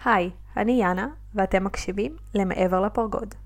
היי, אני יאנה, ואתם מקשיבים למעבר לפרגוד.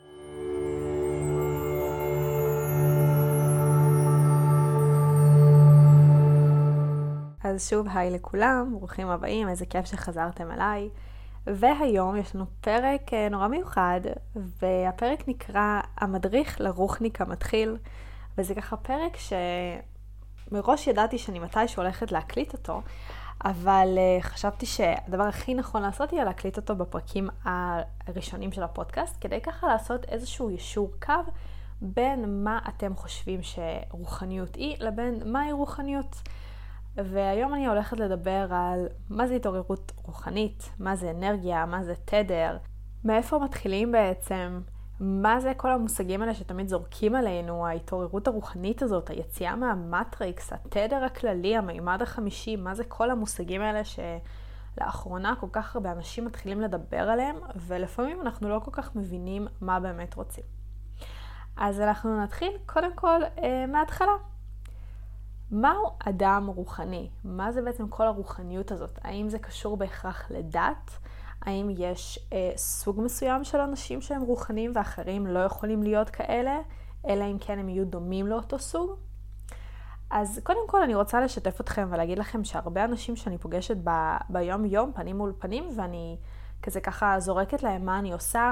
אז שוב היי לכולם, ברוכים הבאים, איזה כיף שחזרתם אליי. והיום יש לנו פרק נורא מיוחד, והפרק נקרא המדריך לרוחניק המתחיל, וזה ככה פרק שמראש ידעתי שאני מתישהו הולכת להקליט אותו, אבל חשבתי שהדבר הכי נכון לעשות יהיה להקליט אותו בפרקים הראשונים של הפודקאסט, כדי ככה לעשות איזשהו ישור קו בין מה אתם חושבים שרוחניות היא, לבין מהי רוחניות. והיום אני הולכת לדבר על מה זה התעוררות רוחנית, מה זה אנרגיה, מה זה תדר, מאיפה מתחילים בעצם, מה זה כל המושגים האלה שתמיד זורקים עלינו, ההתעוררות הרוחנית הזאת, היציאה מהמטריקס, התדר הכללי, המימד החמישי, מה זה כל המושגים האלה שלאחרונה כל כך הרבה אנשים מתחילים לדבר עליהם, ולפעמים אנחנו לא כל כך מבינים מה באמת רוצים. אז אנחנו נתחיל קודם כל מההתחלה. מהו אדם רוחני? מה זה בעצם כל הרוחניות הזאת? האם זה קשור בהכרח לדת? האם יש סוג מסוים של אנשים שהם רוחניים ואחרים לא יכולים להיות כאלה, אלא אם כן הם יהיו דומים לאותו סוג? אז קודם כל אני רוצה לשתף אתכם ולהגיד לכם שהרבה אנשים שאני פוגשת ביום יום, פנים מול פנים, ואני כזה ככה זורקת להם מה אני עושה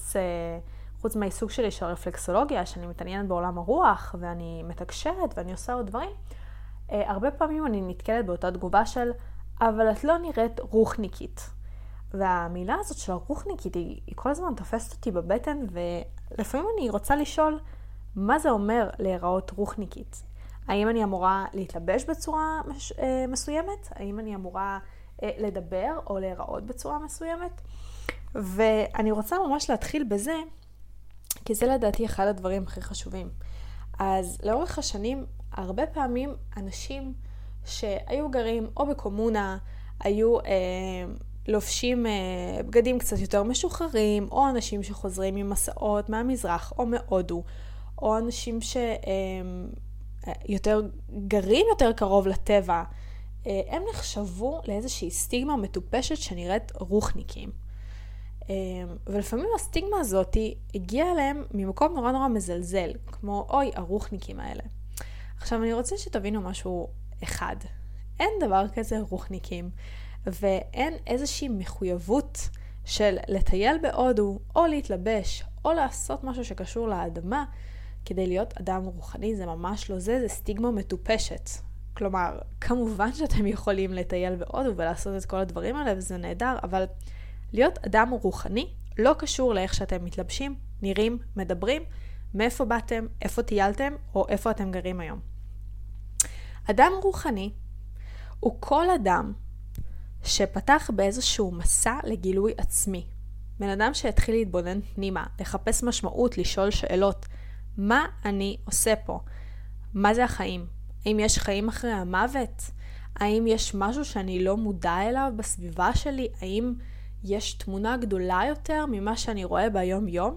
חוץ מהעיסוק שלי של רפלקסולוגיה, שאני מתעניינת בעולם הרוח ואני מתקשרת ואני עושה עוד דברים. הרבה פעמים אני נתקלת באותה תגובה של, אבל את לא נראית רוחניקית. והמילה הזאת של הרוחניקית היא כל הזמן תופסת אותי בבטן, ולפעמים אני רוצה לשאול מה זה אומר להיראות רוחניקית. האם אני אמורה להתלבש בצורה מסוימת? האם אני אמורה לדבר או להיראות בצורה מסוימת? ואני רוצה ממש להתחיל בזה, כי זה לדעתי אחד הדברים הכי חשובים. אז לאורך השנים, הרבה פעמים אנשים שהיו גרים או בקומונה, היו לובשים בגדים קצת יותר משוחררים, או אנשים שחוזרים ממסעות מהמזרח או מהודו, או אנשים שיותר גרים יותר קרוב לטבע, הם נחשבו לאיזושהי סטיגמה מטופשת שנראית רוחניקים. ולפעמים הסטיגמה הזאת הגיעה אליהם ממקום נורא נורא מזלזל, כמו אוי, הרוחניקים האלה. עכשיו אני רוצה שתבינו משהו אחד. אין דבר כזה רוחניקים, ואין איזושהי מחויבות של לטייל בהודו, או להתלבש, או לעשות משהו שקשור לאדמה, כדי להיות אדם רוחני. זה ממש לא זה, זה סטיגמה מטופשת. כלומר, כמובן שאתם יכולים לטייל בהודו ולעשות את כל הדברים האלה, וזה נהדר, אבל להיות אדם רוחני לא קשור לאיך שאתם מתלבשים, נראים, מדברים, מאיפה באתם, איפה טיילתם, או איפה אתם גרים היום. אדם רוחני הוא כל אדם שפתח באיזשהו מסע לגילוי עצמי. בן אדם שהתחיל להתבונן פנימה, לחפש משמעות, לשאול שאלות. מה אני עושה פה? מה זה החיים? האם יש חיים אחרי המוות? האם יש משהו שאני לא מודע אליו בסביבה שלי? האם יש תמונה גדולה יותר ממה שאני רואה ביום יום?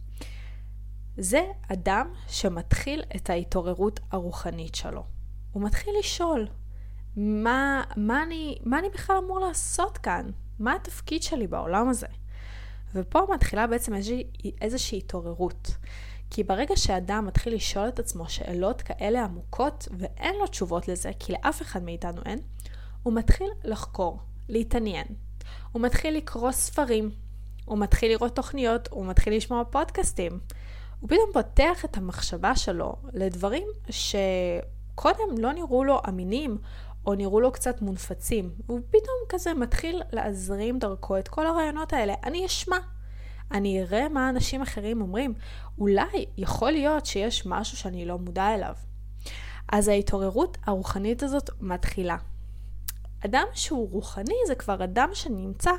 זה אדם שמתחיל את ההתעוררות הרוחנית שלו. הוא מתחיל לשאול, מה אני בכלל אמור לעשות כאן? מה התפקיד שלי בעולם הזה? ופה מתחילה בעצם איזושהי התעוררות. כי ברגע שאדם מתחיל לשאול את עצמו שאלות כאלה עמוקות, ואין לו תשובות לזה, כי לאף אחד מאיתנו אין, הוא מתחיל לחקור, להתעניין. הוא מתחיל לקרוא ספרים, הוא מתחיל לראות תוכניות, הוא מתחיל לשמוע פודקאסטים. הוא פתאום פותח את המחשבה שלו לדברים שקודם לא נראו לו אמינים, או נראו לו קצת מונפצים. והוא פתאום כזה מתחיל להזרים דרכו את כל הרעיונות האלה. אני אשמע, אני אראה מה אנשים אחרים אומרים. אולי יכול להיות שיש משהו שאני לא מודע אליו. אז ההתעוררות הרוחנית הזאת מתחילה. אדם שהוא רוחני זה כבר אדם שנמצא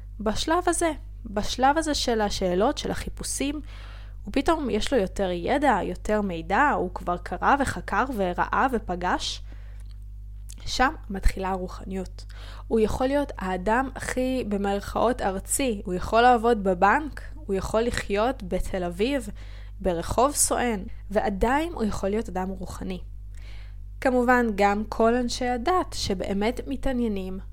בשלב הזה של השאלות, של החיפושים. ופתאום יש לו יותר ידע, יותר מידע, הוא כבר קרא וחקר וראה ופגש. שם מתחילה הרוחניות. הוא יכול להיות האדם הכי במרכאות ארצי, הוא יכול לעבוד בבנק, הוא יכול לחיות בתל אביב, ברחוב סואן, ועדיין הוא יכול להיות אדם רוחני. כמובן גם כל אנשי הדת שבאמת מתעניינים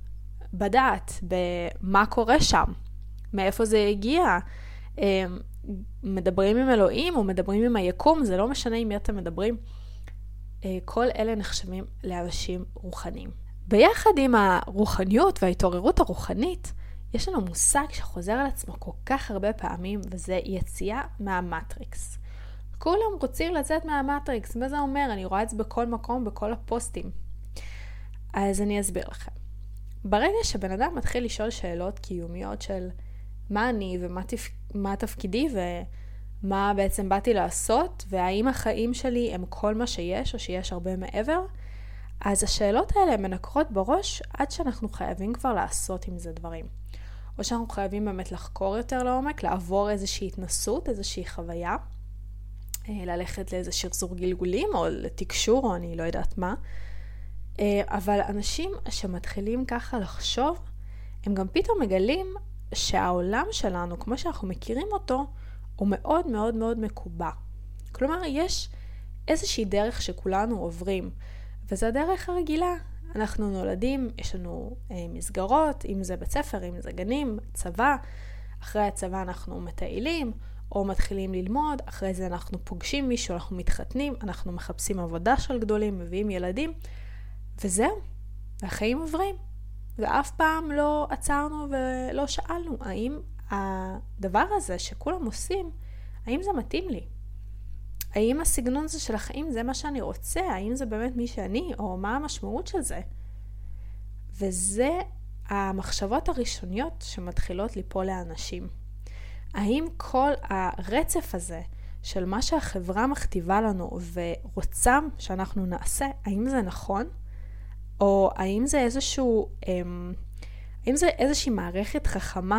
בדעת, במה קורה שם, מאיפה זה הגיע, מדברים עם אלוהים או מדברים עם היקום, זה לא משנה עם מי אתם מדברים. כל אלה נחשבים לאנשים רוחניים. ביחד עם הרוחניות וההתעוררות הרוחנית, יש לנו מושג שחוזר על עצמו כל כך הרבה פעמים, וזה יציאה מהמטריקס. כולם רוצים לצאת מהמטריקס, מה זה אומר? אני רואה את זה בכל מקום, בכל הפוסטים. אז אני אסביר לכם. ברגע שבן אדם מתחיל לשאול שאלות קיומיות של מה אני ומה תפקידי ומה בעצם באתי לעשות, והאם החיים שלי הם כל מה שיש או שיש הרבה מעבר, אז השאלות האלה מנקרות בראש עד שאנחנו חייבים כבר לעשות עם זה דברים. או שאנחנו חייבים באמת לחקור יותר לעומק, לעבור איזושהי התנסות, איזושהי חוויה, ללכת לאיזה שרזור גלגולים או לתקשור או אני לא יודעת מה. אבל אנשים שמתחילים ככה לחשוב, הם גם פתאום מגלים שהעולם שלנו, כמו שאנחנו מכירים אותו, הוא מאוד מאוד מאוד מקובע. כלומר, יש איזושהי דרך שכולנו עוברים, וזו הדרך הרגילה. אנחנו נולדים, יש לנו מסגרות, אם זה בית ספר, אם זה גנים, צבא. אחרי הצבא אנחנו מטיילים, או מתחילים ללמוד, אחרי זה אנחנו פוגשים מישהו, אנחנו מתחתנים, אנחנו מחפשים עבודה של גדולים, מביאים ילדים, וזהו, והחיים עוברים. ואף פעם לא עצרנו ולא שאלנו, האם הדבר הזה שכולם עושים, האם זה מתאים לי? האם הסגנון הזה של החיים זה מה שאני רוצה? האם זה באמת מי שאני? או מה המשמעות של זה? וזה המחשבות הראשוניות שמתחילות ליפול לאנשים. האם כל הרצף הזה של מה שהחברה מכתיבה לנו ורוצה שאנחנו נעשה, האם זה נכון? או האם זה איזושהי מערכת חכמה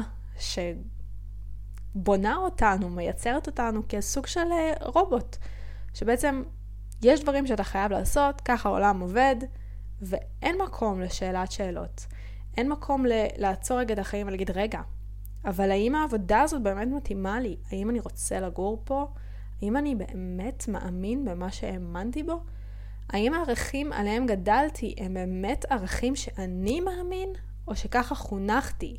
שבונה אותנו, מייצרת אותנו כסוג של רובוט, שבעצם יש דברים שאתה חייב לעשות, ככה העולם עובד, ואין מקום לשאלת שאלות. אין מקום לעצור רגע את החיים ולהגיד, רגע, אבל האם העבודה הזאת באמת מתאימה לי? האם אני רוצה לגור פה? האם אני באמת מאמין במה שהאמנתי בו? האם הערכים עליהם גדלתי הם באמת ערכים שאני מאמין, או שככה חונכתי?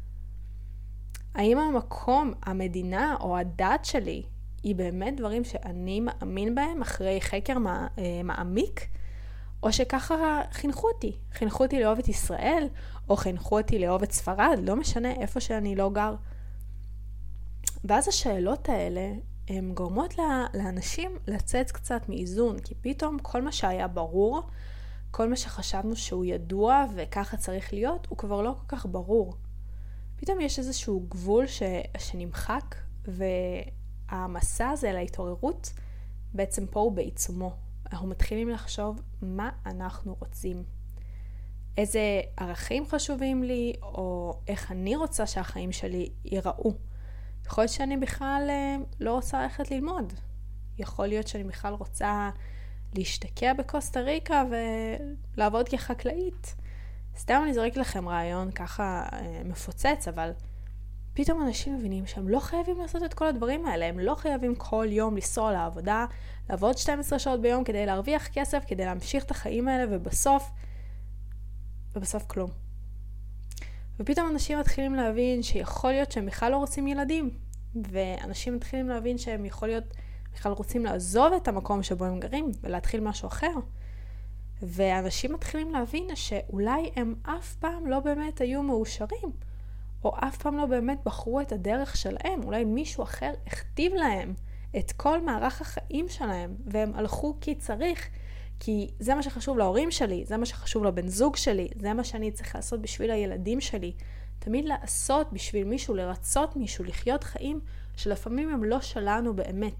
האם המקום, המדינה או הדת שלי היא באמת דברים שאני מאמין בהם אחרי חקר מעמיק? או שככה חינכו אותי לאהוב את ישראל, או חינכו אותי לאהוב את ספרד, לא משנה איפה שאני לא גר. ואז השאלות האלה הן גורמות לאנשים לצאת קצת מאיזון, כי פתאום כל מה שהיה ברור, כל מה שחשבנו שהוא ידוע וככה צריך להיות, הוא כבר לא כל כך ברור. פתאום יש איזשהו גבול שנמחק, והמסע הזה להתעוררות בעצם פה הוא בעיצומו. אנחנו מתחילים לחשוב מה אנחנו רוצים. איזה ערכים חשובים לי, או איך אני רוצה שהחיים שלי ייראו. יכול להיות שאני בכלל לא רוצה ללכת ללמוד. יכול להיות שאני בכלל רוצה להשתקע בקוסטה ריקה ולעבוד כחקלאית. סתם אני זורק לכם רעיון ככה מפוצץ, אבל פתאום אנשים מבינים שהם לא חייבים לעשות את כל הדברים האלה. הם לא חייבים כל יום לנסוע לעבודה, לעבוד 12 שעות ביום כדי להרוויח כסף, כדי להמשיך את החיים האלה, ובסוף כלום. ופתאום אנשים מתחילים להבין שיכול להיות שהם בכלל לא רוצים ילדים, ואנשים מתחילים להבין שהם יכול להיות בכלל רוצים לעזוב את המקום שבו הם גרים ולהתחיל משהו אחר. ואנשים מתחילים להבין שאולי הם אף פעם לא באמת היו מאושרים, או אף פעם לא באמת בחרו את הדרך שלהם. אולי מישהו אחר הכתיב להם את כל מערך החיים שלהם, והם הלכו כי צריך, כי זה מה שחשוב להורים שלי, זה מה שחשוב לבן זוג שלי, זה מה שאני צריך לעשות בשביל הילדים שלי. תמיד לעשות בשביל מישהו, לרצות מישהו, לחיות חיים שלפעמים הם לא שלנו באמת.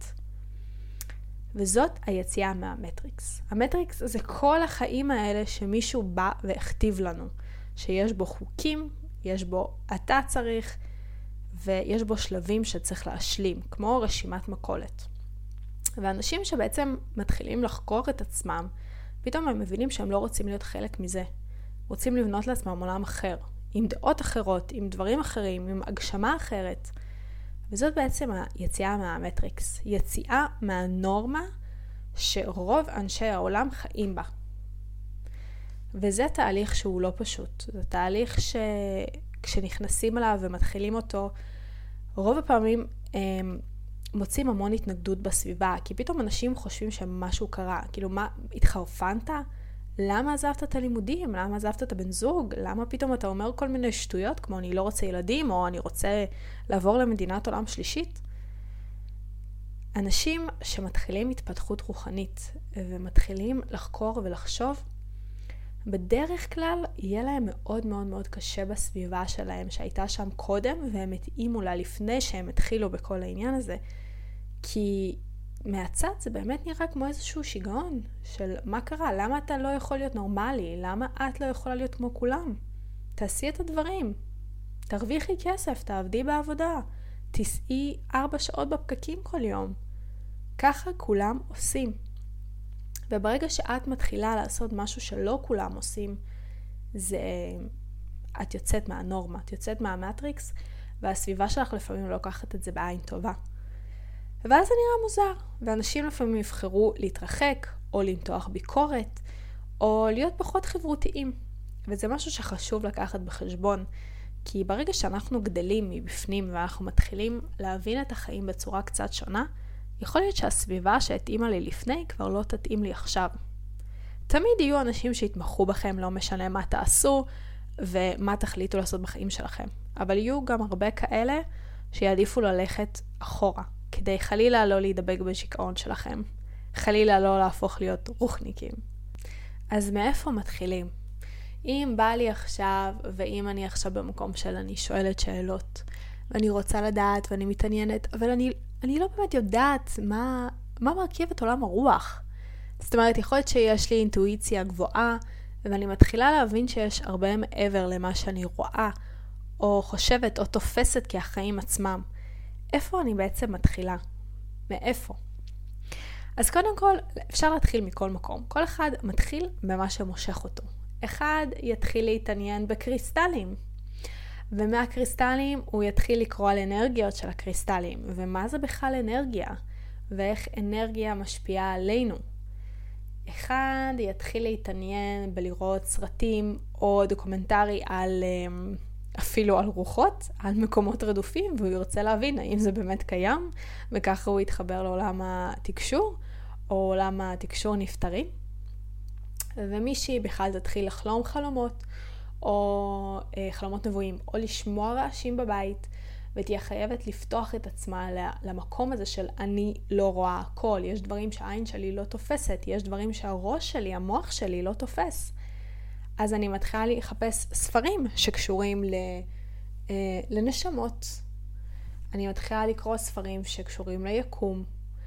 וזאת היציאה מהמטריקס. המטריקס זה כל החיים האלה שמישהו בא והכתיב לנו, שיש בו חוקים, יש בו אתה צריך, ויש בו שלבים שצריך להשלים, כמו רשימת מכולת. ואנשים שבעצם מתחילים לחקור את עצמם, פתאום הם מבינים שהם לא רוצים להיות חלק מזה. רוצים לבנות לעצמם עולם אחר, עם דעות אחרות, עם דברים אחרים, עם הגשמה אחרת. וזאת בעצם היציאה מהמטריקס, יציאה מהנורמה שרוב אנשי העולם חיים בה. וזה תהליך שהוא לא פשוט. זה תהליך שכשנכנסים אליו ומתחילים אותו, רוב הפעמים מוצאים המון התנגדות בסביבה, כי פתאום אנשים חושבים שמשהו קרה. כאילו, מה, התחרפנת? למה עזבת את הלימודים? למה עזבת את הבן זוג? למה פתאום אתה אומר כל מיני שטויות, כמו אני לא רוצה ילדים, או אני רוצה לעבור למדינת עולם שלישית? אנשים שמתחילים התפתחות רוחנית, ומתחילים לחקור ולחשוב, בדרך כלל יהיה להם מאוד מאוד מאוד קשה בסביבה שלהם, שהייתה שם קודם, והם התאימו לה לפני שהם התחילו בכל העניין הזה. כי מהצד זה באמת נראה כמו איזשהו שיגעון של מה קרה, למה אתה לא יכול להיות נורמלי, למה את לא יכולה להיות כמו כולם. תעשי את הדברים, תרוויחי כסף, תעבדי בעבודה, תסעי 4 שעות בפקקים כל יום. ככה כולם עושים. וברגע שאת מתחילה לעשות משהו שלא כולם עושים, את יוצאת מהנורמה, את יוצאת מהמטריקס, והסביבה שלך לפעמים לוקחת את זה בעין טובה. ואז זה נראה מוזר, ואנשים לפעמים יבחרו להתרחק, או למתוח ביקורת, או להיות פחות חברותיים. וזה משהו שחשוב לקחת בחשבון, כי ברגע שאנחנו גדלים מבפנים, ואנחנו מתחילים להבין את החיים בצורה קצת שונה, יכול להיות שהסביבה שהתאימה לי לפני כבר לא תתאים לי עכשיו. תמיד יהיו אנשים שיתמכו בכם, לא משנה מה תעשו, ומה תחליטו לעשות בחיים שלכם. אבל יהיו גם הרבה כאלה שיעדיפו ללכת אחורה. כדי חלילה לא להידבק בשיכאון שלכם. חלילה לא להפוך להיות רוחניקים. אז מאיפה מתחילים? אם בא לי עכשיו, ואם אני עכשיו במקום של אני שואלת שאלות, ואני רוצה לדעת ואני מתעניינת, אבל אני לא באמת יודעת מה מרכיב את עולם הרוח. זאת אומרת, יכול להיות שיש לי אינטואיציה גבוהה, ואני מתחילה להבין שיש הרבה מעבר למה שאני רואה, או חושבת או תופסת כהחיים עצמם. איפה אני בעצם מתחילה? מאיפה? אז קודם כל, אפשר להתחיל מכל מקום. כל אחד מתחיל במה שמושך אותו. אחד יתחיל להתעניין בקריסטלים, ומהקריסטלים הוא יתחיל לקרוא על אנרגיות של הקריסטלים. ומה זה בכלל אנרגיה? ואיך אנרגיה משפיעה עלינו? אחד יתחיל להתעניין בלראות סרטים או דוקומנטרי אפילו על רוחות, על מקומות רדופים, והוא ירצה להבין האם זה באמת קיים, וככה הוא יתחבר לעולם התקשור, או עולם התקשור נפטרי. ומישהי בכלל תתחיל לחלום חלומות, או חלומות נבואים, או לשמוע רעשים בבית, ותהיה חייבת לפתוח את עצמה למקום הזה של אני לא רואה הכל. יש דברים שהעין שלי לא תופסת, יש דברים שהראש שלי, המוח שלי לא תופס. אז אני מתחילה לחפש ספרים שקשורים לנשמות. אני מתחילה לקרוא ספרים שקשורים ליקום,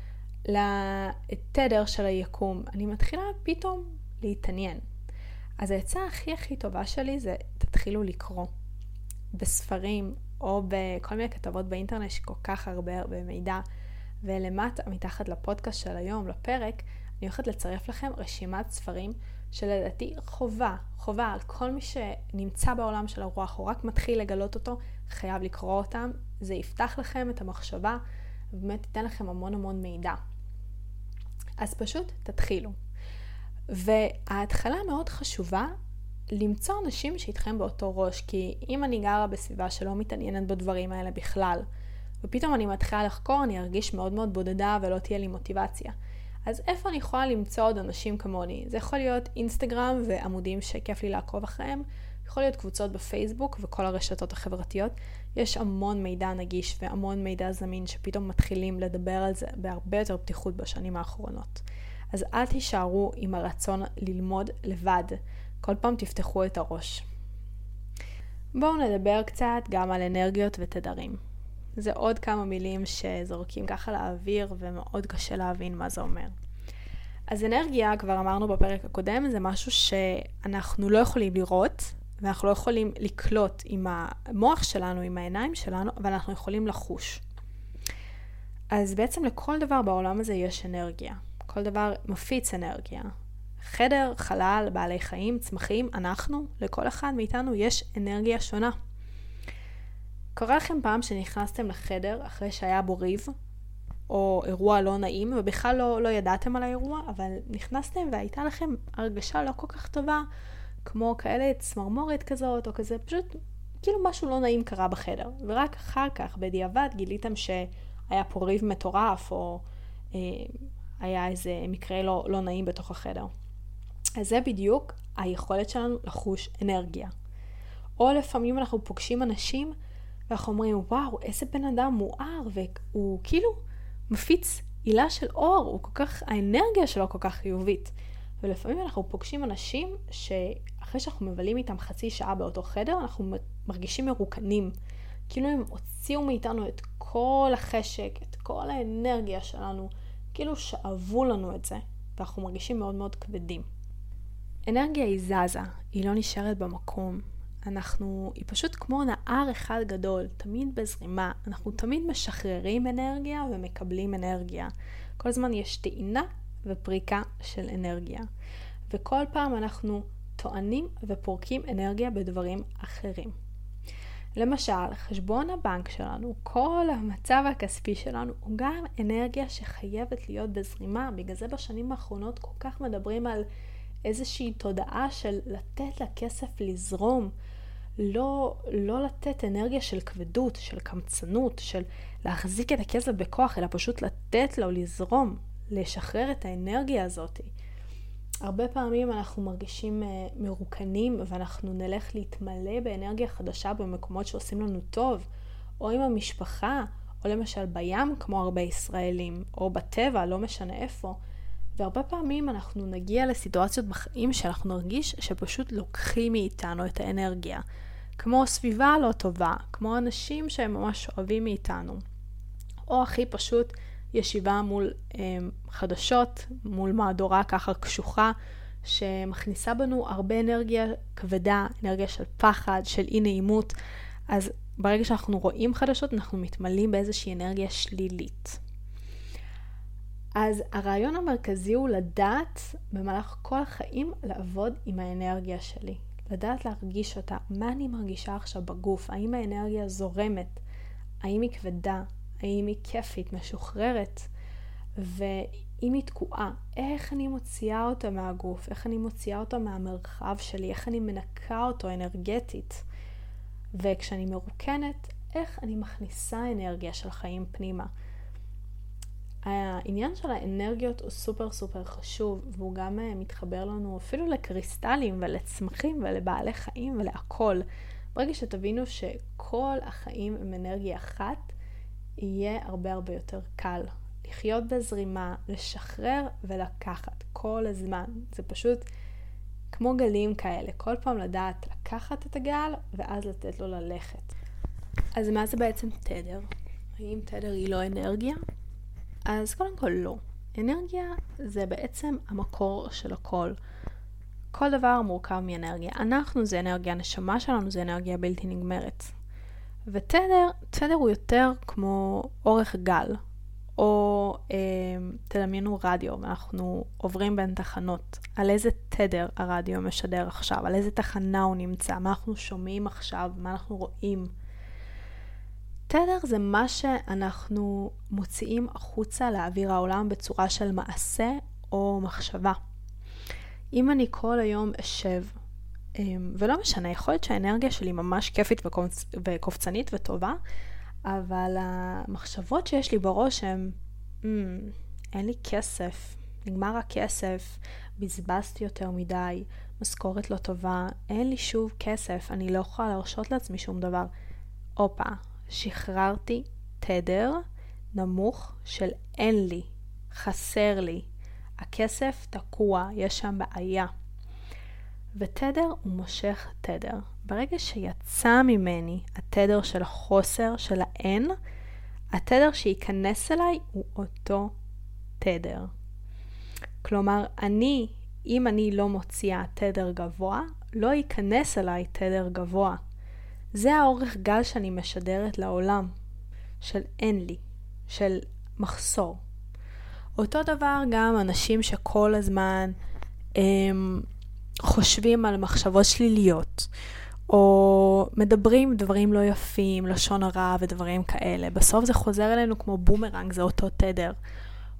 לתדר של היקום. אני מתחילה פתאום להתעניין. אז העצה הכי טובה שלי זה תתחילו לקרוא בספרים או בכל מיני כתבות באינטרנט שכל כך הרבה מידע. ולמטה, מתחת לפודקאסט של היום, לפרק, אני הולכת לצרף לכם רשימת ספרים שלדעתי חובה על כל מי שנמצא בעולם של הרוח או רק מתחיל לגלות אותו, חייב לקרוא אותם. זה יפתח לכם את המחשבה ובאמת ייתן לכם המון מידע. אז פשוט תתחילו. וההתחלה מאוד חשובה למצוא אנשים שאיתכם באותו ראש, כי אם אני גרה בסביבה שלא מתעניינת בדברים האלה בכלל, ופתאום אני מתחילה לחקור, אני ארגיש מאוד בודדה ולא תהיה לי מוטיבציה. אז איפה אני יכולה למצוא עוד אנשים כמוני? זה יכול להיות אינסטגרם ועמודים שכיף לי לעקוב אחריהם, יכול להיות קבוצות בפייסבוק וכל הרשתות החברתיות. יש המון מידע נגיש והמון מידע זמין שפתאום מתחילים לדבר על זה בהרבה יותר פתיחות בשנים האחרונות. אז אל תישארו עם הרצון ללמוד לבד. כל פעם תפתחו את הראש. בואו נדבר קצת גם על אנרגיות ותדרים. זה עוד כמה מילים שזורקים ככה לאוויר ומאוד קשה להבין מה זה אומר. אז אנרגיה, כבר אמרנו בפרק הקודם, זה משהו שאנחנו לא יכולים לראות, ואנחנו לא יכולים לקלוט עם המוח שלנו, עם העיניים שלנו, אבל אנחנו יכולים לחוש. אז בעצם לכל דבר בעולם הזה יש אנרגיה. כל דבר מפיץ אנרגיה. חדר, חלל, בעלי חיים, צמחים, אנחנו, לכל אחד מאיתנו יש אנרגיה שונה. קורה לכם פעם שנכנסתם לחדר אחרי שהיה בו ריב, או אירוע לא נעים, ובכלל לא ידעתם על האירוע, אבל נכנסתם והייתה לכם הרגשה לא כל כך טובה, כמו כאלה צמרמורת כזאת, או כזה, פשוט כאילו משהו לא נעים קרה בחדר. ורק אחר כך, בדיעבד, גיליתם שהיה פה ריב מטורף, או היה איזה מקרה לא נעים בתוך החדר. אז זה בדיוק היכולת שלנו לחוש אנרגיה. או לפעמים אנחנו פוגשים אנשים, ואנחנו אומרים, וואו, איזה בן אדם מואר, והוא כאילו מפיץ עילה של אור, האנרגיה שלו כל כך חיובית. ולפעמים אנחנו פוגשים אנשים שאחרי שאנחנו מבלים איתם חצי שעה באותו חדר, אנחנו מרגישים מרוקנים. כאילו הם הוציאו מאיתנו את כל החשק, את כל האנרגיה שלנו, כאילו שאבו לנו את זה, ואנחנו מרגישים מאוד מאוד כבדים. אנרגיה היא זזה, היא לא נשארת במקום. היא פשוט כמו נהר אחד גדול, תמיד בזרימה. אנחנו תמיד משחררים אנרגיה ומקבלים אנרגיה. כל הזמן יש טעינה ופריקה של אנרגיה. וכל פעם אנחנו טוענים ופורקים אנרגיה בדברים אחרים. למשל, חשבון הבנק שלנו, כל המצב הכספי שלנו, הוא גם אנרגיה שחייבת להיות בזרימה. בגלל זה בשנים האחרונות כל כך מדברים על איזושהי תודעה של לתת לכסף לזרום, לא לתת אנרגיה של כבדות, של קמצנות, של להחזיק את הכסף בכוח, אלא פשוט לתת לו לזרום, לשחרר את האנרגיה הזאת. הרבה פעמים אנחנו מרגישים מרוקנים, ואנחנו נלך להתמלא באנרגיה חדשה במקומות שעושים לנו טוב, או עם המשפחה, או למשל בים, כמו הרבה ישראלים, או בטבע, לא משנה איפה. והרבה פעמים אנחנו נגיע לסיטואציות בחיים שאנחנו נרגיש שפשוט לוקחים מאיתנו את האנרגיה. כמו סביבה לא טובה, כמו אנשים שהם ממש אוהבים מאיתנו. או הכי פשוט ישיבה מול חדשות, מול מהדורה ככה קשוחה, שמכניסה בנו הרבה אנרגיה כבדה, אנרגיה של פחד, של אי נעימות. אז ברגע שאנחנו רואים חדשות, אנחנו מתמלאים באיזושהי אנרגיה שלילית. אז הרעיון המרכזי הוא לדעת במהלך כל החיים לעבוד עם האנרגיה שלי. לדעת להרגיש אותה. מה אני מרגישה עכשיו בגוף? האם האנרגיה זורמת? האם היא כבדה? האם היא כיפית, משוחררת? ואם היא תקועה, איך אני מוציאה אותה מהגוף? איך אני מוציאה אותה מהמרחב שלי? איך אני מנקה אותו אנרגטית? וכשאני מרוקנת, איך אני מכניסה אנרגיה של חיים פנימה? העניין של האנרגיות הוא סופר סופר חשוב, והוא גם מתחבר לנו אפילו לקריסטלים ולצמחים ולבעלי חיים ולהכל. ברגע שתבינו שכל החיים הם אנרגיה אחת, יהיה הרבה הרבה יותר קל. לחיות בזרימה, לשחרר ולקחת כל הזמן. זה פשוט כמו גלים כאלה. כל פעם לדעת לקחת את הגל ואז לתת לו ללכת. אז מה זה בעצם תדר? האם תדר היא לא אנרגיה? אז קודם כל לא. אנרגיה זה בעצם המקור של הכל. כל דבר מורכב מאנרגיה. אנחנו זה אנרגיה, הנשמה שלנו זה אנרגיה בלתי נגמרת. ותדר הוא יותר כמו אורך גל. או תדמיינו רדיו, ואנחנו עוברים בין תחנות. על איזה תדר הרדיו משדר עכשיו, על איזה תחנה הוא נמצא, מה אנחנו שומעים עכשיו, מה אנחנו רואים. תדר זה מה שאנחנו מוציאים החוצה לאוויר העולם בצורה של מעשה או מחשבה. אם אני כל היום אשב, ולא משנה, יכול להיות שהאנרגיה שלי ממש כיפית וקופצנית וטובה, אבל המחשבות שיש לי בראש הן, אין לי כסף, נגמר הכסף, בזבזתי יותר מדי, משכורת לא טובה, אין לי שוב כסף, אני לא יכולה להרשות לעצמי שום דבר. אופה, שחררתי תדר נמוך של אין לי, חסר לי, הכסף תקוע, יש שם בעיה. ותדר הוא מושך תדר. ברגע שיצא ממני התדר של החוסר, של האין, התדר שיכנס אליי הוא אותו תדר. כלומר, אם אני לא מוציאה תדר גבוה, לא ייכנס אליי תדר גבוה. זה האורך גל שאני משדרת לעולם, של אין לי, של מחסור. אותו דבר גם אנשים שכל הזמן חושבים על מחשבות שליליות, או מדברים דברים לא יפים, לשון הרע ודברים כאלה. בסוף זה חוזר אלינו כמו בומרנג, זה אותו תדר.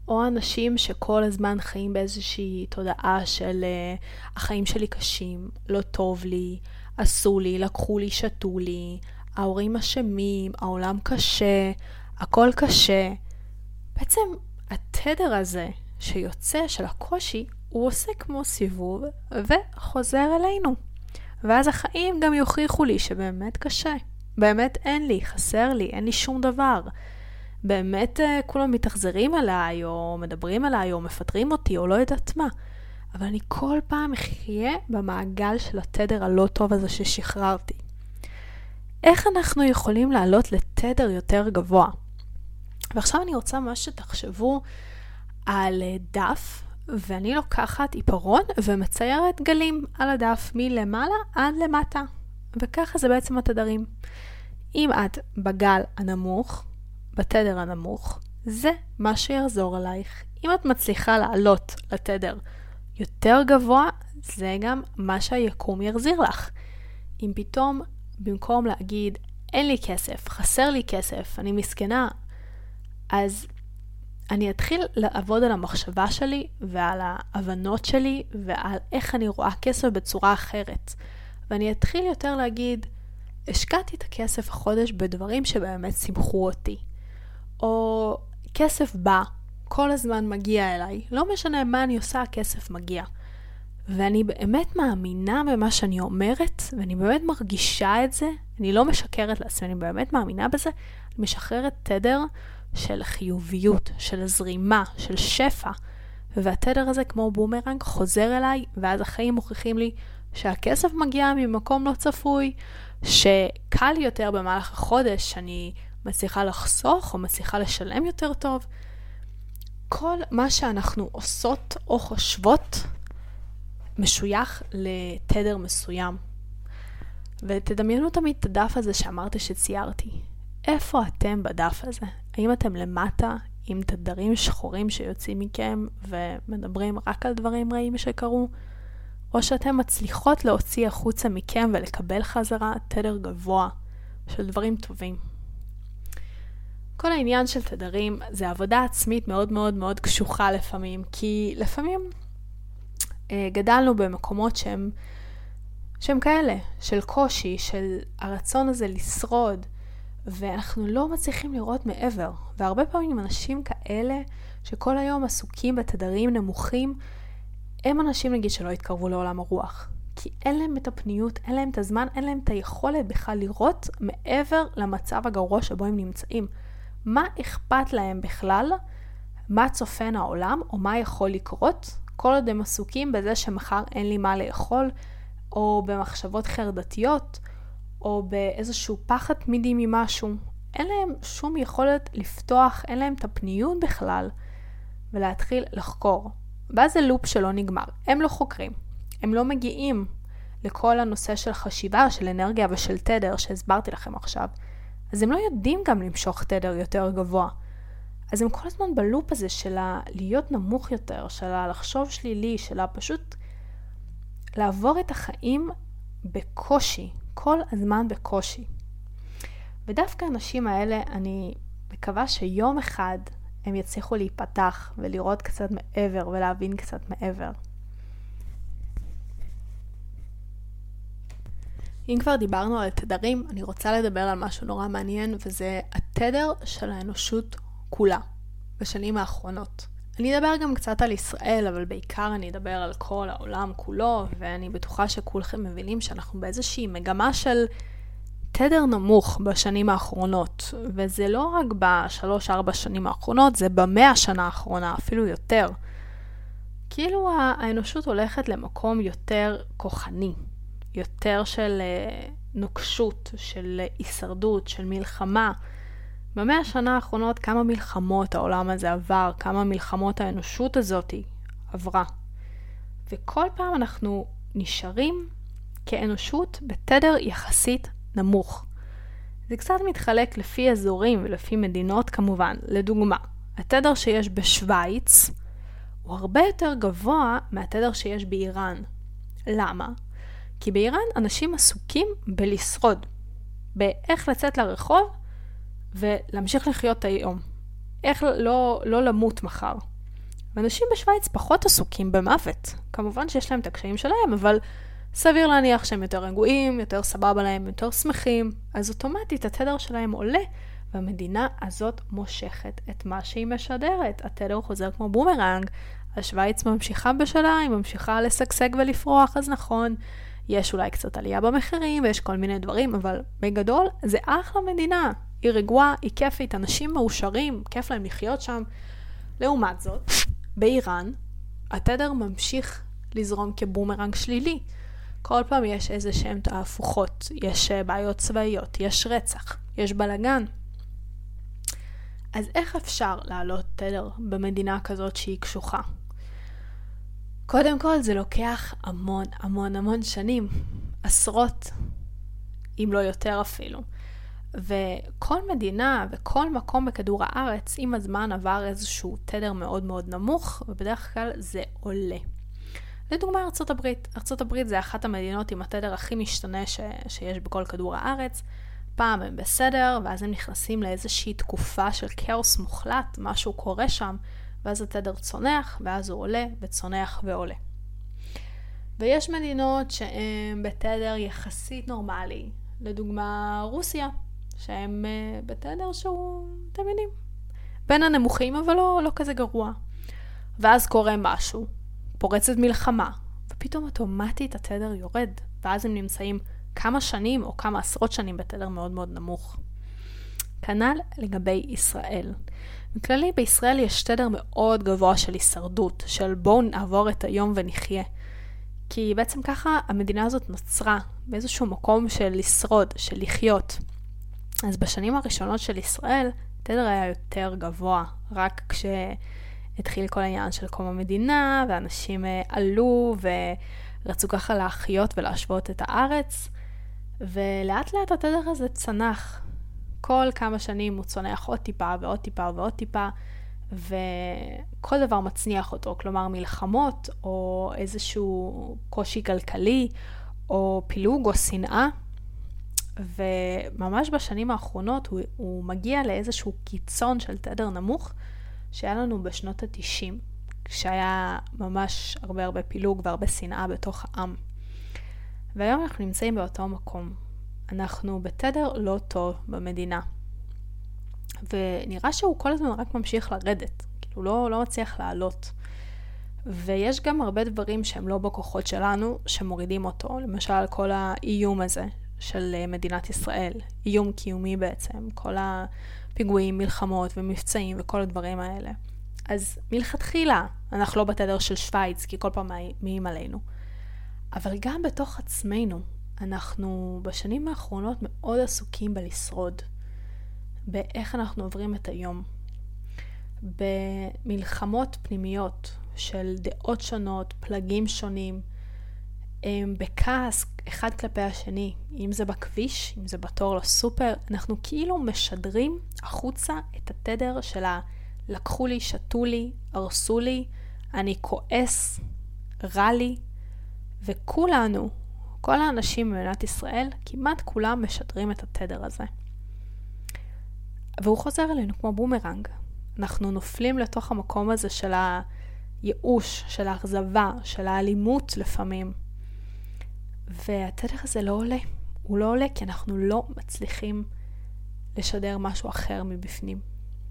או אנשים שכל הזמן חיים באיזושהי תודעה של החיים שלי קשים, לא טוב לי, עשו לי, לקחו לי, שתו לי, ההורים אשמים, העולם קשה, הכל קשה. בעצם התדר הזה שיוצא של הקושי, הוא עושה כמו סיבוב וחוזר אלינו. ואז החיים גם יוכיחו לי שבאמת קשה. באמת אין לי, חסר לי, אין לי שום דבר. באמת כולם מתאכזרים עליי, או מדברים עליי, או מפטרים אותי, או לא יודעת מה. אבל אני כל פעם אחיה במעגל של התדר הלא טוב הזה ששחררתי. איך אנחנו יכולים לעלות לתדר יותר גבוה? ועכשיו אני רוצה ממש שתחשבו על דף, ואני לוקחת עיפרון ומציירת גלים על הדף מלמעלה עד למטה. וככה זה בעצם התדרים. אם את בגל הנמוך, בתדר הנמוך, זה מה שיחזור עלייך. אם את מצליחה לעלות לתדר יותר גבוה, זה גם מה שהיקום יחזיר לך. אם פתאום, במקום להגיד, אין לי כסף, חסר לי כסף, אני מסכנה, אז אני אתחיל לעבוד על המחשבה שלי ועל ההבנות שלי ועל איך אני רואה כסף בצורה אחרת. ואני אתחיל יותר להגיד, השקעתי את הכסף החודש בדברים שבאמת שימחו אותי. או כסף בא, כל הזמן מגיע אליי. לא משנה מה אני עושה, הכסף מגיע. ואני באמת מאמינה במה שאני אומרת, ואני באמת מרגישה את זה. אני לא משקרת לעצמי, אני באמת מאמינה בזה. אני משחררת תדר של חיוביות, של זרימה, של שפע. והתדר הזה כמו בומרנג חוזר אליי, ואז החיים מוכיחים לי שהכסף מגיע ממקום לא צפוי, שקל יותר במהלך החודש, שאני מצליחה לחסוך או מצליחה לשלם יותר טוב. כל מה שאנחנו עושות או חושבות משוייך לתדר מסוים. ותדמיינו תמיד את הדף הזה שאמרתי שציירתי. איפה אתם בדף הזה? האם אתם למטה עם תדרים שחורים שיוצאים מכם ומדברים רק על דברים רעים שקרו? או שאתם מצליחות להוציא החוצה מכם ולקבל חזרה תדר גבוה של דברים טובים? כל העניין של תדרים זה עבודה עצמית מאוד מאוד מאוד קשוחה לפעמים, כי לפעמים גדלנו במקומות שהם כאלה, של קושי, של הרצון הזה לשרוד, ואנחנו לא מצליחים לראות מעבר. והרבה פעמים אנשים כאלה שכל היום עסוקים בתדרים נמוכים, הם אנשים נגיד שלא התקרבו לעולם הרוח. כי אין להם את הפניות, אין להם את הזמן, אין להם את היכולת בכלל לראות מעבר למצב הגרוע שבו הם נמצאים. מה אכפת להם בכלל? מה צופן העולם או מה יכול לקרות? כל עוד הם עסוקים בזה שמחר אין לי מה לאכול, או במחשבות חרדתיות, או באיזשהו פחד תמידי ממשהו. אין להם שום יכולת לפתוח, אין להם את הפניות בכלל, ולהתחיל לחקור. ואז זה לופ שלא נגמר. הם לא חוקרים. הם לא מגיעים לכל הנושא של חשיבה, של אנרגיה ושל תדר שהסברתי לכם עכשיו. אז הם לא יודעים גם למשוך תדר יותר גבוה. אז הם כל הזמן בלופ הזה של להיות נמוך יותר, של לחשוב שלילי, של פשוט לעבור את החיים בקושי, כל הזמן בקושי. ודווקא האנשים האלה, אני מקווה שיום אחד הם יצליחו להיפתח ולראות קצת מעבר ולהבין קצת מעבר. אם כבר דיברנו על תדרים, אני רוצה לדבר על משהו נורא מעניין, וזה התדר של האנושות כולה, בשנים האחרונות. אני אדבר גם קצת על ישראל, אבל בעיקר אני אדבר על כל העולם כולו, ואני בטוחה שכולכם מבינים שאנחנו באיזושהי מגמה של תדר נמוך בשנים האחרונות, וזה לא רק ב3-4 שנים האחרונות, זה ב100 שנה האחרונה, אפילו יותר. כאילו האנושות הולכת למקום יותר כוחני, יותר של נוקשות, של הישרדות, של מלחמה. ב100 שנה האחרונות כמה מלחמות העולם הזה עבר, כמה מלחמות האנושות הזאת עברה. וכל פעם אנחנו נשארים כאנושות בתדר יחסית נמוך. זה קצת מתחלק לפי אזורים ולפי מדינות כמובן. לדוגמה, התדר שיש בשוויץ הוא הרבה יותר גבוה מהתדר שיש באיראן. למה? כי באיראן אנשים עסוקים בלשרוד, באיך לצאת לרחוב ולהמשיך לחיות היום. איך לא למות מחר. ואנשים בשוויץ פחות עסוקים במוות. כמובן שיש להם את הקשיים שלהם, אבל סביר להניח שהם יותר רגועים, יותר סבבה להם, יותר שמחים, אז אוטומטית התדר שלהם עולה, והמדינה הזאת מושכת את מה שהיא משדרת. התדר חוזר כמו בומרנג, השוויץ ממשיכה בשלה, היא ממשיכה לשגשג ולפרוח, אז נכון, יש אולי קצת עלייה במחירים, ויש כל מיני דברים, אבל בגדול זה אחלה מדינה. היא רגועה, היא כיפית, אנשים מאושרים, כיף להם לחיות שם. לעומת זאת, באיראן, התדר ממשיך לזרום כבומרנג שלילי. כל פעם יש איזה שהן תהפוכות, יש בעיות צבאיות, יש רצח, יש בלגן. אז איך אפשר לעלות תדר במדינה כזאת שהיא קשוחה? קודם כל זה לוקח המון שנים, עשרות, אם לא יותר אפילו. וכל מדינה וכל מקום בכדור הארץ עם הזמן עבר איזשהו תדר מאוד מאוד נמוך, ובדרך כלל זה עולה. לדוגמה ארצות הברית. ארצות הברית זה אחת המדינות עם התדר הכי משתנה שיש בכל כדור הארץ. פעם הם בסדר, ואז הם נכנסים לאיזושהי תקופה של כאוס מוחלט, משהו קורה שם, ואז התדר צונח, ואז הוא עולה וצונח ועולה. ויש מדינות שהן בתדר יחסית נורמלי, לדוגמה רוסיה, שהן בתדר שהוא, אתם יודעים, בין הנמוכים, אבל לא כזה גרוע. ואז קורה משהו, פורצת מלחמה, ופתאום אוטומטית התדר יורד, ואז הם נמצאים כמה שנים או כמה עשרות שנים בתדר מאוד מאוד נמוך. כנ"ל לגבי ישראל. בכללי בישראל יש תדר מאוד גבוה של הישרדות, של בואו נעבור את היום ונחיה. כי בעצם ככה המדינה הזאת נוצרה באיזשהו מקום של לשרוד, של לחיות. אז בשנים הראשונות של ישראל, תדר היה יותר גבוה, רק כשהתחיל כל העניין של קום המדינה, ואנשים עלו ורצו ככה להחיות ולהשוות את הארץ, ולאט לאט התדר הזה צנח. כל כמה שנים הוא צונח עוד טיפה ועוד טיפה ועוד טיפה, וכל דבר מצניח אותו, כלומר מלחמות או איזשהו קושי כלכלי או פילוג או שנאה. וממש בשנים האחרונות הוא מגיע לאיזשהו קיצון של תדר נמוך שהיה לנו בשנות ה-90, כשהיה ממש הרבה פילוג והרבה שנאה בתוך העם. והיום אנחנו נמצאים באותו מקום. אנחנו בתדר לא טוב במדינה. ונראה שהוא כל הזמן רק ממשיך לרדת. כאילו לא מצליח לעלות. ויש גם הרבה דברים שהם לא בכוחות שלנו, שמורידים אותו. למשל כל האיום הזה של מדינת ישראל. איום קיומי בעצם. כל הפיגועים, מלחמות ומבצעים וכל הדברים האלה. אז מלכתחילה אנחנו לא בתדר של שוויץ, כי כל פעם מאיים עלינו. אבל גם בתוך עצמנו, אנחנו בשנים האחרונות מאוד עסוקים בלשרוד. באיך אנחנו עוברים את היום. במלחמות פנימיות של דעות שונות, פלגים שונים, בכעס אחד כלפי השני, אם זה בכביש, אם זה בתור לסופר, אנחנו כאילו משדרים החוצה את התדר של לקחו לי, שתו לי, הרסו לי, אני כועס, רע לי, וכולנו, כל האנשים במדינת ישראל, כמעט כולם משדרים את התדר הזה. והוא חוזר אלינו כמו בומרנג. אנחנו נופלים לתוך המקום הזה של הייאוש, של האכזבה, של האלימות לפעמים. והתדר הזה לא עולה. הוא לא עולה כי אנחנו לא מצליחים לשדר משהו אחר מבפנים.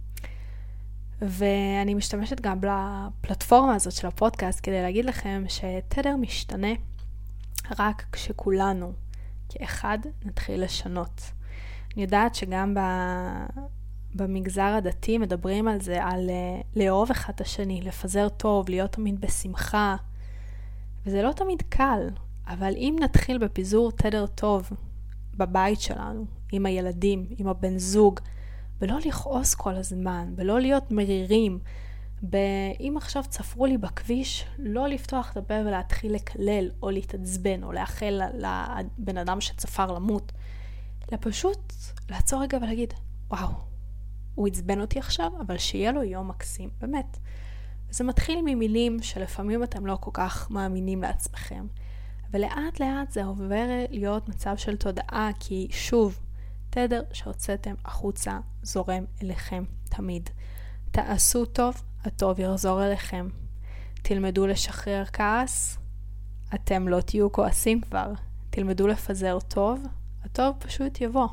ואני משתמשת גם בפלטפורמה הזאת של הפודקאסט כדי להגיד לכם שתדר משתנה רק כשכולנו כאחד נתחיל לשנות. אני יודעת שגם במגזר הדתי מדברים על זה, על לאהוב אחד את השני, לפזר טוב, להיות תמיד בשמחה. וזה לא תמיד קל, אבל אם נתחיל בפיזור תדר טוב בבית שלנו, עם הילדים, עם הבן זוג, ולא לכעוס כל הזמן, ולא להיות מרירים, אם עכשיו צפרו לי בכביש, לא לפתוח את הפה ולהתחיל לקלל, או להתעצבן, או לאחל לבן אדם שצפר למות, אלא פשוט לעצור רגע ולהגיד, וואו, הוא עצבן אותי עכשיו, אבל שיהיה לו יום מקסים, באמת. וזה מתחיל ממילים שלפעמים אתם לא כל כך מאמינים לעצמכם, ולאט לאט זה עובר להיות מצב של תודעה, כי שוב, תדר שהוצאתם החוצה זורם אליכם תמיד. תעשו טוב, הטוב יחזור אליכם. תלמדו לשחרר כעס, אתם לא תהיו כועסים כבר. תלמדו לפזר טוב, הטוב פשוט יבוא.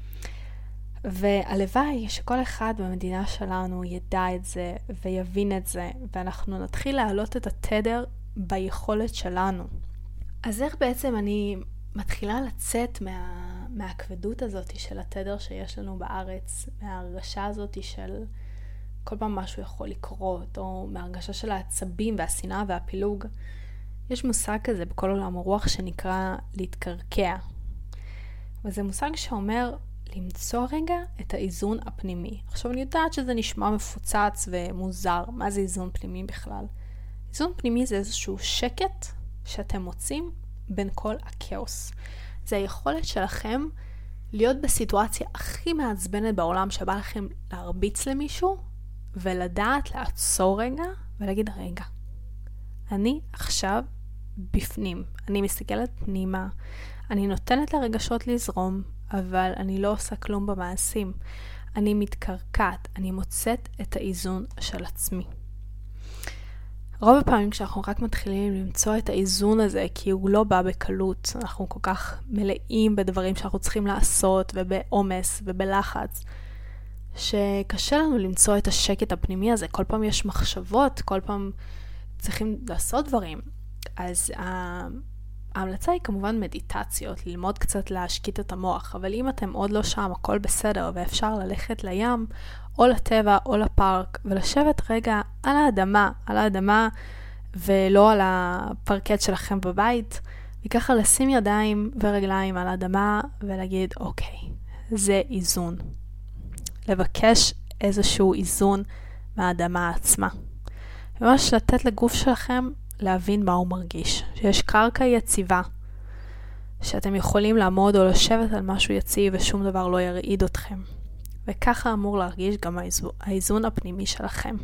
והלוואי שכל אחד במדינה שלנו ידע את זה ויבין את זה, ואנחנו נתחיל להעלות את התדר ביכולת שלנו. אז איך בעצם אני מתחילה לצאת מהכבדות הזאת של התדר שיש לנו בארץ, מההרגשה הזאת של כל פעם משהו יכול לקרות, או מההרגשה של העצבים והשנאה והפילוג? יש מושג כזה בכל עולם הרוח שנקרא להתקרקע. וזה מושג שאומר למצוא רגע את האיזון הפנימי. עכשיו אני יודעת שזה נשמע מפוצץ ומוזר. מה זה איזון פנימי בכלל? איזון פנימי זה איזשהו שקט שאתם מוצאים בין כל הכאוס. זה היכולת שלכם להיות בסיטואציה הכי מעצבנת בעולם, שבא לכם להרביץ למישהו ולדעת לעצור רגע ולהגיד רגע. אני עכשיו בפנים, אני מסתכלת פנימה, אני נותנת לרגשות לזרום, אבל אני לא עושה כלום במעשים. אני מתקרקעת, אני מוצאת את האיזון של עצמי. רוב הפעמים כשאנחנו רק מתחילים למצוא את האיזון הזה, כי הוא לא בא בקלות, אנחנו כל כך מלאים בדברים שאנחנו צריכים לעשות, ובעומס ובלחץ, שקשה לנו למצוא את השקט הפנימי הזה. כל פעם יש מחשבות, כל פעם צריכים לעשות דברים. אז ההמלצה היא כמובן מדיטציות, ללמוד קצת להשקיט את המוח, אבל אם אתם עוד לא שם, הכל בסדר, ואפשר ללכת לים, או לטבע, או לפארק, ולשבת רגע על האדמה, ולא על הפרקט שלכם בבית, וככה לשים ידיים ורגליים על האדמה, ולהגיד, אוקיי, זה איזון. לבקש איזשהו איזון מהאדמה עצמה. ממש לתת לגוף שלכם להבין מה הוא מרגיש. שיש קרקע יציבה, שאתם יכולים לעמוד או לשבת על משהו יציב ושום דבר לא ירעיד אתכם. וככה אמור להרגיש גם האיזון הפנימי שלכם.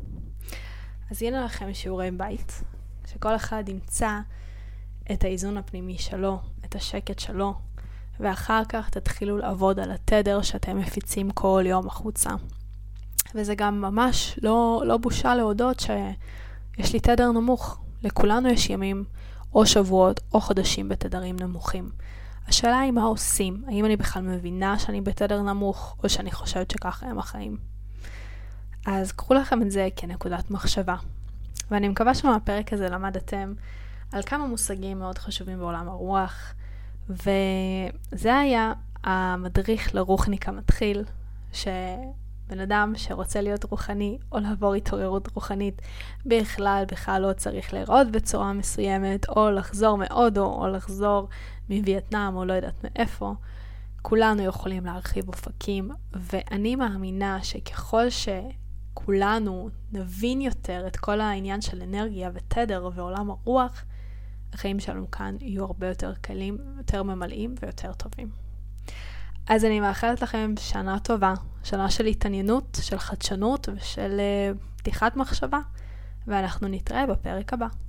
אז הנה לכם שיעורי בית, שכל אחד ימצא את האיזון הפנימי שלו, את השקט שלו, ואחר כך תתחילו לעבוד על התדר שאתם מפיצים כל יום החוצה. וזה גם ממש לא בושה להודות שיש לי תדר נמוך. לכולנו יש ימים או שבועות או חודשים בתדרים נמוכים. השאלה היא מה עושים. האם אני בכלל מבינה שאני בתדר נמוך, או שאני חושבת שככה הם החיים. אז קחו לכם את זה כנקודת מחשבה. ואני מקווה שמהפרק הזה למדתם על כמה מושגים מאוד חשובים בעולם הרוח. וזה היה המדריך לרוחניק המתחיל, שבן אדם שרוצה להיות רוחני או לעבור התעוררות רוחנית בכלל לא צריך להיראות בצורה מסוימת, או לחזור מהודו, או לחזור מווייטנאם, או לא יודעת מאיפה. כולנו יכולים להרחיב אופקים, ואני מאמינה שככל שכולנו נבין יותר את כל העניין של אנרגיה ותדר ועולם הרוח, החיים שלנו כאן יהיו הרבה יותר קלים, יותר ממלאים ויותר טובים. אז אני מאחלת לכם שנה טובה, שנה של התעניינות, של חדשנות ושל פתיחת מחשבה, ואנחנו נתראה בפרק הבא.